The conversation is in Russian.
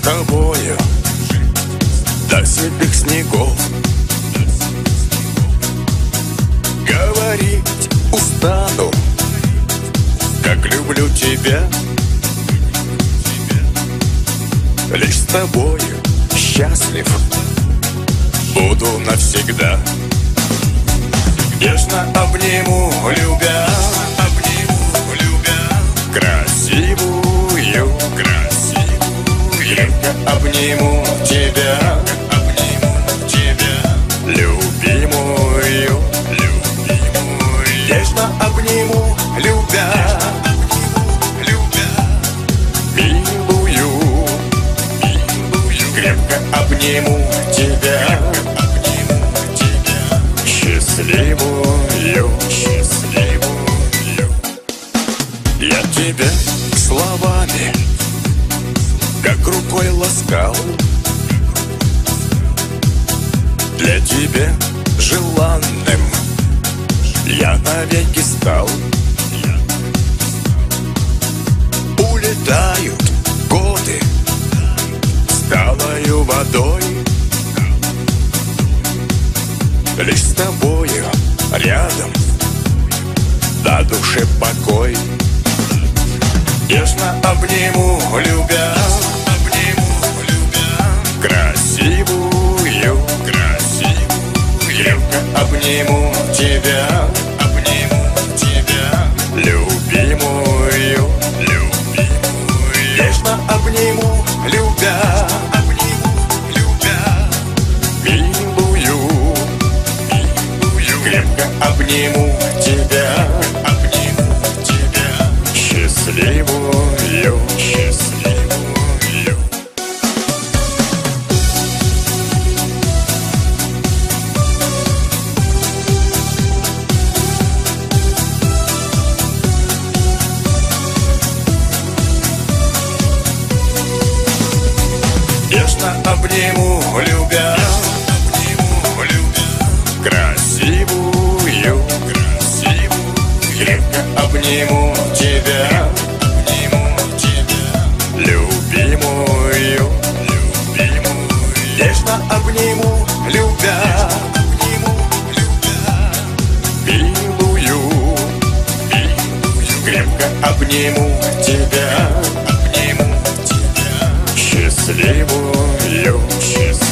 тобою до седых снегов. Говорить устану, как люблю тебя. Лишь с тобою счастлив буду навсегда. Нежно обниму, любя, красивую, крепко обниму тебя, любимую, нежно обниму, любя, милую, крепко обниму тебя, счастливую. Я тебя словами, как рукой ласкал, для тебя желанным я навеки стал. Улетают годы сталою водой, лишь с тобою рядом на душе покой. Нежно обниму, любя, красивую, крепко обниму тебя, любимую, нежно обниму, любя, милую, крепко обниму тебя, счастливую. Нежно обниму, любя, красивую, крепко обниму тебя, любимую, нежно обниму, любя, милую, крепко обниму тебя, счастливую.